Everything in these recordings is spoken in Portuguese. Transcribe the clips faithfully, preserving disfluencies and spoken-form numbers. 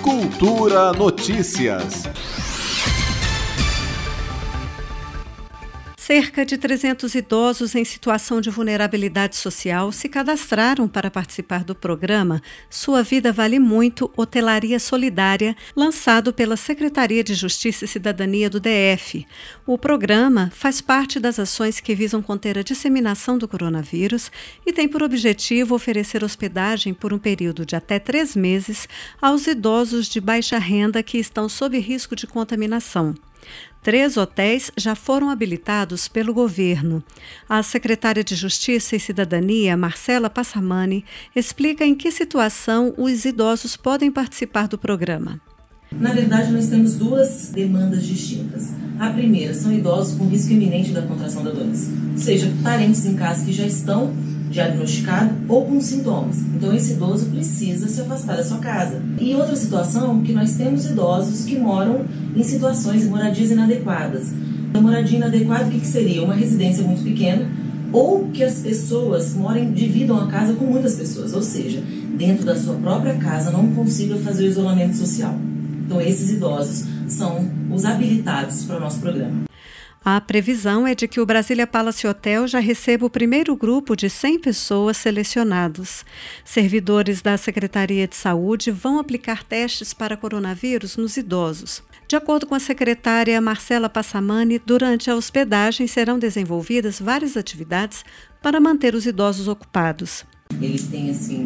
Cultura Notícias. Cerca de trezentos idosos em situação de vulnerabilidade social se cadastraram para participar do programa Sua Vida Vale Muito – Hotelaria Solidária, lançado pela Secretaria de Justiça e Cidadania do D F. O programa faz parte das ações que visam conter a disseminação do coronavírus e tem por objetivo oferecer hospedagem por um período de até três meses aos idosos de baixa renda que estão sob risco de contaminação. Três hotéis já foram habilitados pelo governo. A secretária de Justiça e Cidadania, Marcela Passamani, explica em que situação os idosos podem participar do programa. Na verdade, nós temos duas demandas distintas. A primeira são idosos com risco iminente da contração da doença, ou seja, parentes em casa que já estão diagnosticados ou com sintomas. Então, esse idoso precisa se afastar da sua casa. E outra situação, que nós temos idosos que moram em situações de moradias inadequadas. A moradia inadequada, o que, que seria? Uma residência muito pequena ou que as pessoas morem, dividam a casa com muitas pessoas, ou seja, dentro da sua própria casa não consigam fazer o isolamento social. Então, esses idosos são os habilitados para o nosso programa. A previsão é de que o Brasília Palace Hotel já receba o primeiro grupo de cem pessoas selecionados. Servidores da Secretaria de Saúde vão aplicar testes para coronavírus nos idosos. De acordo com a secretária Marcela Passamani, durante a hospedagem serão desenvolvidas várias atividades para manter os idosos ocupados. Eles têm, assim,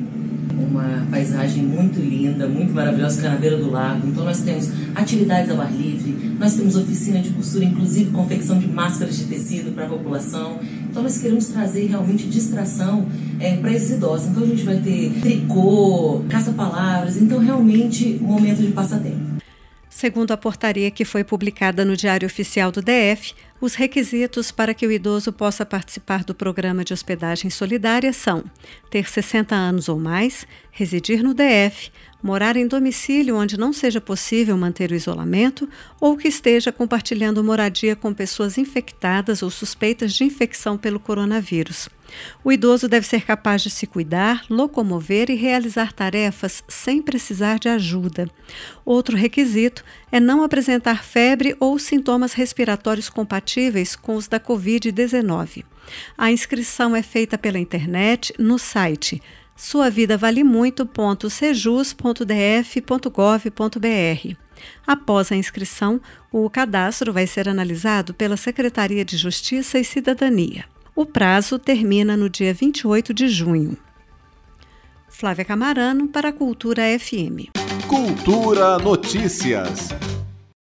uma paisagem muito linda, muito maravilhosa, que é na beira do lago. Então, nós temos atividades ao ar livre, nós temos oficina de costura, inclusive confecção de máscaras de tecido para a população. Então, nós queremos trazer realmente distração é, para esses idosos. Então, a gente vai ter tricô, caça-palavras, então, realmente, um momento de passatempo. Segundo a portaria que foi publicada no Diário Oficial do D F, os requisitos para que o idoso possa participar do programa de hospedagem solidária são ter sessenta anos ou mais, residir no D F, morar em domicílio onde não seja possível manter o isolamento ou que esteja compartilhando moradia com pessoas infectadas ou suspeitas de infecção pelo coronavírus. O idoso deve ser capaz de se cuidar, locomover e realizar tarefas sem precisar de ajuda. Outro requisito é não apresentar febre ou sintomas respiratórios compatíveis com os da covid dezenove. A inscrição é feita pela internet no site sua vida vale muito ponto sejus ponto d f ponto gov ponto b r. Após a inscrição, o cadastro vai ser analisado pela Secretaria de Justiça e Cidadania. O prazo termina no dia vinte e oito de junho. Flávia Camarano para a Cultura F M. Cultura Notícias.